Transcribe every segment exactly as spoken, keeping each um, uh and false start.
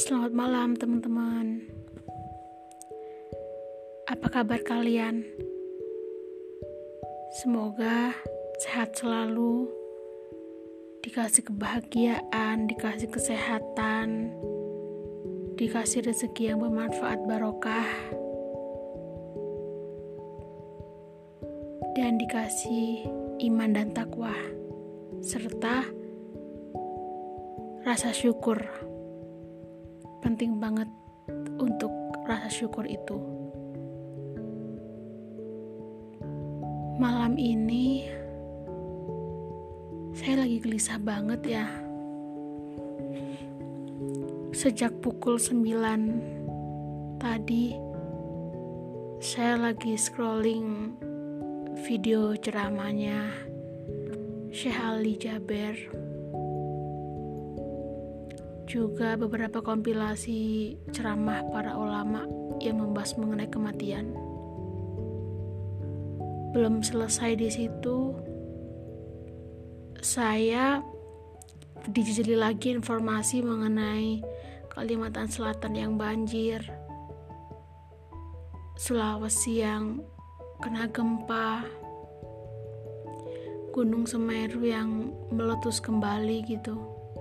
Selamat malam teman-teman. Apa kabar kalian? Semoga sehat selalu, dikasih kebahagiaan, dikasih kesehatan, dikasih rezeki yang bermanfaat barokah, dan dikasih iman dan takwa, serta rasa syukur. Penting banget untuk rasa syukur itu. Malam ini saya lagi gelisah banget ya. Sejak pukul sembilan tadi saya lagi scrolling video ceramahnya Syekh Ali Jaber, juga beberapa kompilasi ceramah para ulama yang membahas mengenai kematian. Belum selesai di situ, saya dijejeli lagi informasi mengenai Kalimantan Selatan yang banjir, Sulawesi yang kena gempa, Gunung Semeru yang meletus kembali gitu.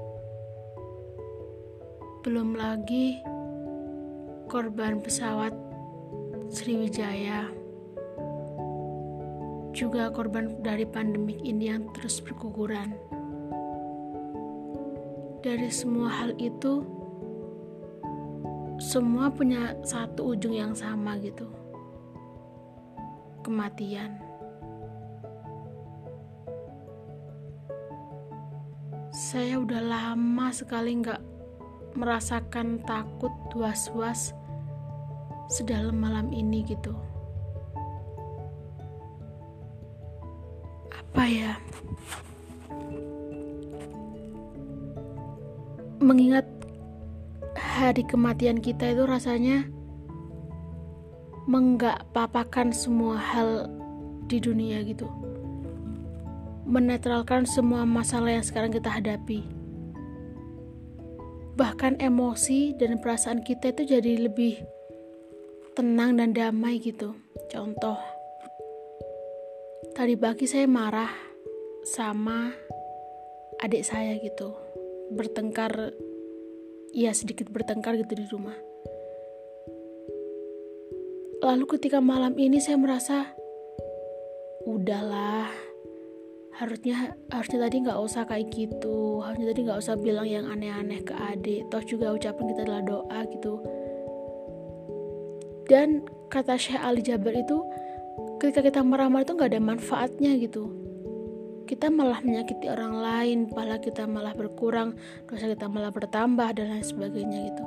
Belum lagi korban pesawat Sriwijaya, juga korban dari pandemik ini yang terus berguguran. Dari semua hal itu, semua punya satu ujung yang sama gitu, kematian. Saya udah lama sekali gak merasakan takut, was-was sedalam malam ini gitu. Apa ya? Mengingat hari kematian kita itu rasanya menggak-papakan semua hal di dunia gitu. Menetralkan semua masalah yang sekarang kita hadapi. Bahkan emosi dan perasaan kita itu jadi lebih tenang dan damai gitu. Contoh, tadi pagi saya marah sama adik saya gitu, bertengkar, ya sedikit bertengkar gitu di rumah. Lalu ketika malam ini saya merasa, udahlah, harusnya harusnya tadi nggak usah kayak gitu, harusnya tadi nggak usah bilang yang aneh-aneh ke adik, toh juga ucapan kita adalah doa gitu. Dan kata Syekh Ali Jaber itu, ketika kita marah-marah itu nggak ada manfaatnya gitu, kita malah menyakiti orang lain, pahala kita malah berkurang, dosa kita malah bertambah dan lain sebagainya gitu.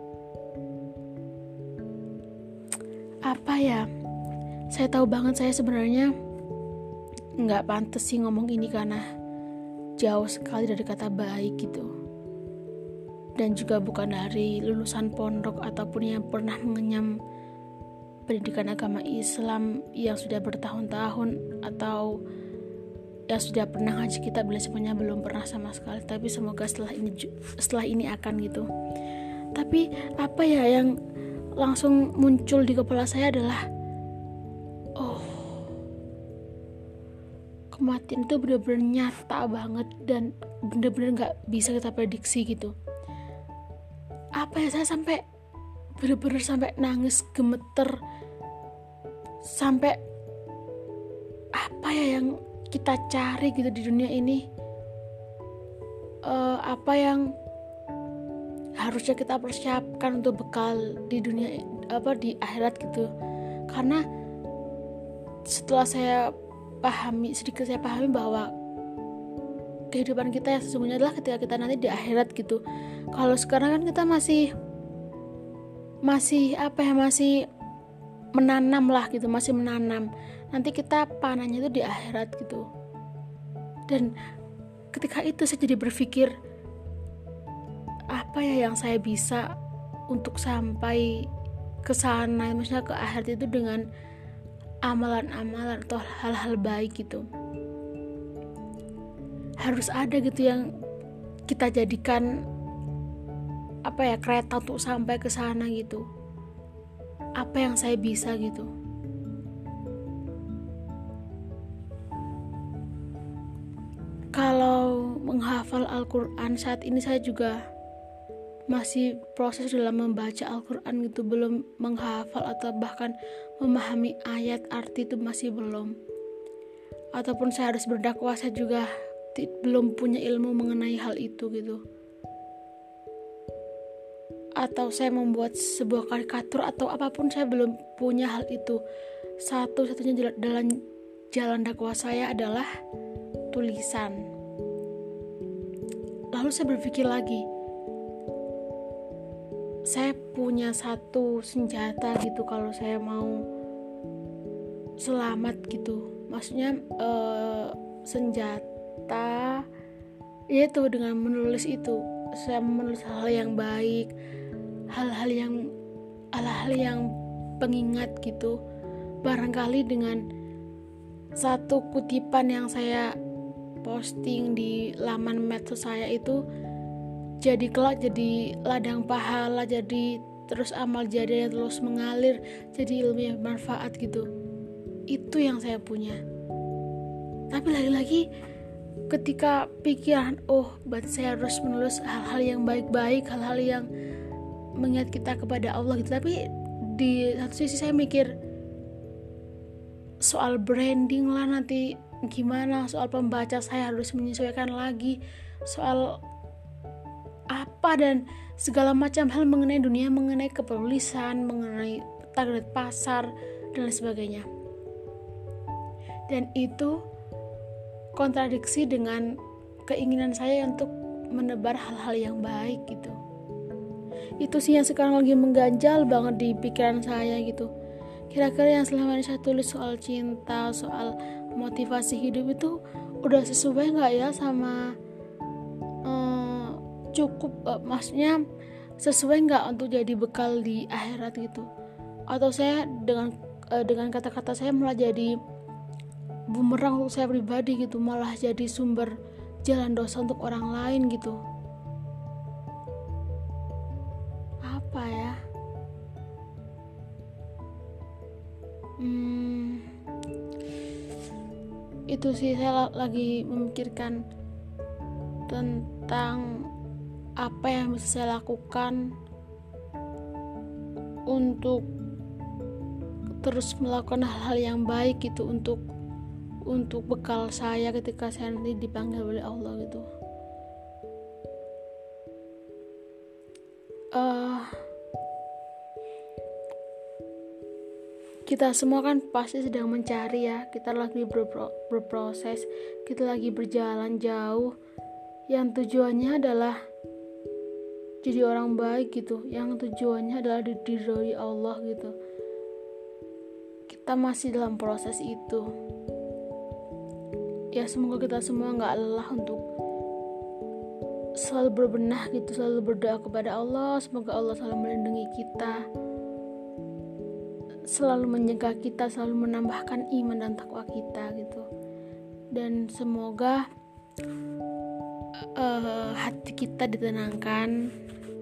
Apa ya, saya tahu banget saya sebenarnya nggak pantas sih ngomong ini karena jauh sekali dari kata baik gitu, dan juga bukan dari lulusan pondok ataupun yang pernah mengenyam pendidikan agama Islam yang sudah bertahun-tahun, atau yang sudah pernah ngaji kitab, bila semuanya belum pernah sama sekali. Tapi semoga setelah ini setelah ini akan gitu. Tapi apa ya yang langsung muncul di kepala saya adalah, oh, kematian itu benar-benar nyata banget dan benar-benar gak bisa kita prediksi gitu. Apa ya, saya sampai benar-benar sampai nangis, gemeter, sampai apa ya yang kita cari gitu di dunia ini, uh, apa yang harusnya kita persiapkan untuk bekal di dunia, apa di akhirat gitu. Karena setelah saya pahami, sedikit saya pahami bahwa kehidupan kita yang sesungguhnya adalah ketika kita nanti di akhirat gitu. Kalau sekarang kan kita masih masih apa ya masih menanam lah gitu, masih menanam. Nanti kita panennya itu di akhirat gitu. Dan ketika itu saya jadi berpikir, apa ya yang saya bisa untuk sampai ke sana, maksudnya ke akhirat itu dengan amalan-amalan atau hal-hal baik gitu. Harus ada gitu yang kita jadikan apa ya kereta untuk sampai ke sana gitu. Apa yang saya bisa gitu. Kalau menghafal Al-Quran, saat ini saya juga masih proses dalam membaca Al-Quran gitu, belum menghafal atau bahkan memahami ayat arti itu masih belum. Ataupun saya harus berdakwah, saya juga t- belum punya ilmu mengenai hal itu gitu. Atau saya membuat sebuah karikatur atau apapun, saya belum punya hal itu. Satu-satunya jalan jalan dakwah saya adalah tulisan. Lalu saya berpikir lagi, saya punya satu senjata gitu kalau saya mau selamat gitu. Maksudnya uh, senjata yaitu dengan menulis itu. Saya menulis hal yang baik, hal-hal yang hal-hal yang pengingat gitu. Barangkali dengan satu kutipan yang saya posting di laman medsos saya itu jadi kelak jadi ladang pahala, jadi terus amal jariah yang terus mengalir, jadi ilmu yang bermanfaat gitu. Itu yang saya punya. Tapi lagi-lagi ketika pikiran, oh berarti saya harus menulis hal-hal yang baik-baik, hal-hal yang mengingat kita kepada Allah gitu. Tapi di satu sisi saya mikir soal branding lah, nanti gimana, soal pembaca saya harus menyesuaikan lagi, soal apa dan segala macam hal mengenai dunia, mengenai kepenulisan, mengenai target pasar dan lain sebagainya. Dan itu kontradiksi dengan keinginan saya untuk menebar hal-hal yang baik gitu. Itu sih yang sekarang lagi mengganjal banget di pikiran saya gitu. Kira-kira yang selama ini saya tulis soal cinta, soal motivasi hidup itu udah sesuai gak ya sama um, cukup uh, maksudnya sesuai gak untuk jadi bekal di akhirat gitu. Atau saya dengan uh, dengan kata-kata saya malah jadi bumerang untuk saya pribadi gitu, malah jadi sumber jalan dosa untuk orang lain gitu. Apa ya? Hmm, itu sih saya lagi memikirkan tentang apa yang bisa saya lakukan untuk terus melakukan hal-hal yang baik gitu, untuk untuk bekal saya ketika saya nanti dipanggil oleh Allah gitu. Uh, kita semua kan pasti sedang mencari ya, kita lagi berpro- berproses, kita lagi berjalan jauh, yang tujuannya adalah jadi orang baik gitu, yang tujuannya adalah diridhoi Allah gitu. Kita masih dalam proses itu. Ya semoga kita semua gak lelah untuk selalu berbenah gitu, selalu berdoa kepada Allah. Semoga Allah selalu melindungi kita, selalu menjaga kita, selalu menambahkan iman dan takwa kita gitu. Dan semoga uh, hati kita ditenangkan,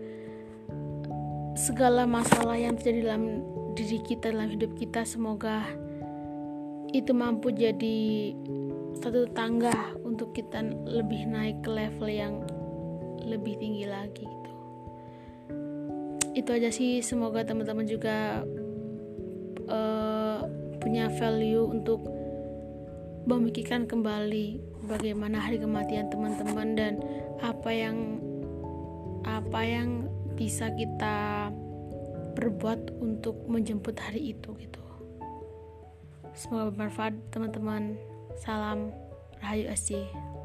segala masalah yang terjadi dalam diri kita, dalam hidup kita, semoga itu mampu jadi satu tangga untuk kita lebih naik ke level yang lebih tinggi lagi gitu. Itu aja sih, semoga teman-teman juga uh, punya value untuk memikirkan kembali bagaimana hari kematian teman-teman dan apa yang apa yang bisa kita berbuat untuk menjemput hari itu gitu. Semoga bermanfaat teman-teman. Salam Rahayu Asih.